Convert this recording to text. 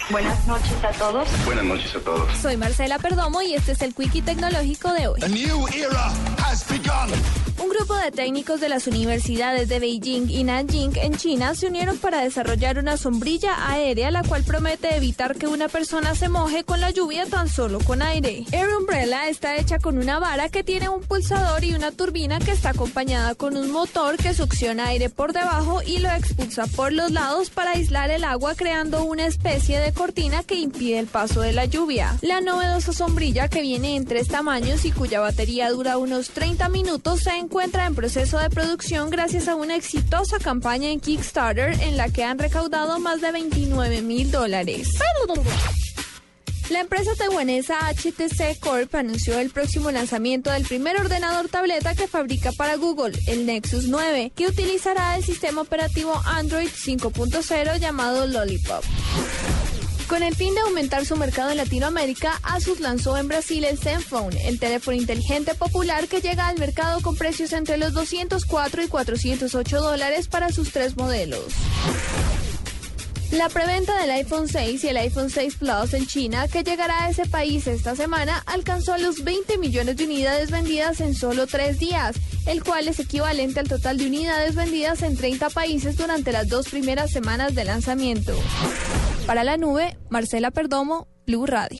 Buenas noches a todos. Buenas noches a todos. Soy Marcela Perdomo y este es el Quickie Tecnológico de hoy. A new era has begun. Un grupo de técnicos de las universidades de Beijing y Nanjing en China se unieron para desarrollar una sombrilla aérea la cual promete evitar que una persona se moje con la lluvia tan solo con aire. Air Umbrella está hecha con una vara que tiene un pulsador y una turbina que está acompañada con un motor que succiona aire por debajo y lo expulsa por los lados para aislar el agua, creando una especie de cortina que impide el paso de la lluvia. La novedosa sombrilla, que viene en 3 tamaños y cuya batería dura unos 30 minutos, se encuentra en proceso de producción gracias a una exitosa campaña en Kickstarter en la que han recaudado más de $29,000. La empresa taiwanesa HTC Corp anunció el próximo lanzamiento del primer ordenador tableta que fabrica para Google, el Nexus 9, que utilizará el sistema operativo Android 5.0 llamado Lollipop. Con el fin de aumentar su mercado en Latinoamérica, Asus lanzó en Brasil el Zenfone, el teléfono inteligente popular que llega al mercado con precios entre los $204 y $408 para sus 3 modelos. La preventa del iPhone 6 y el iPhone 6 Plus en China, que llegará a ese país esta semana, alcanzó los 20 millones de unidades vendidas en solo 3 días, el cual es equivalente al total de unidades vendidas en 30 países durante las 2 primeras semanas de lanzamiento. Para la nube, Marcela Perdomo, Blue Radio.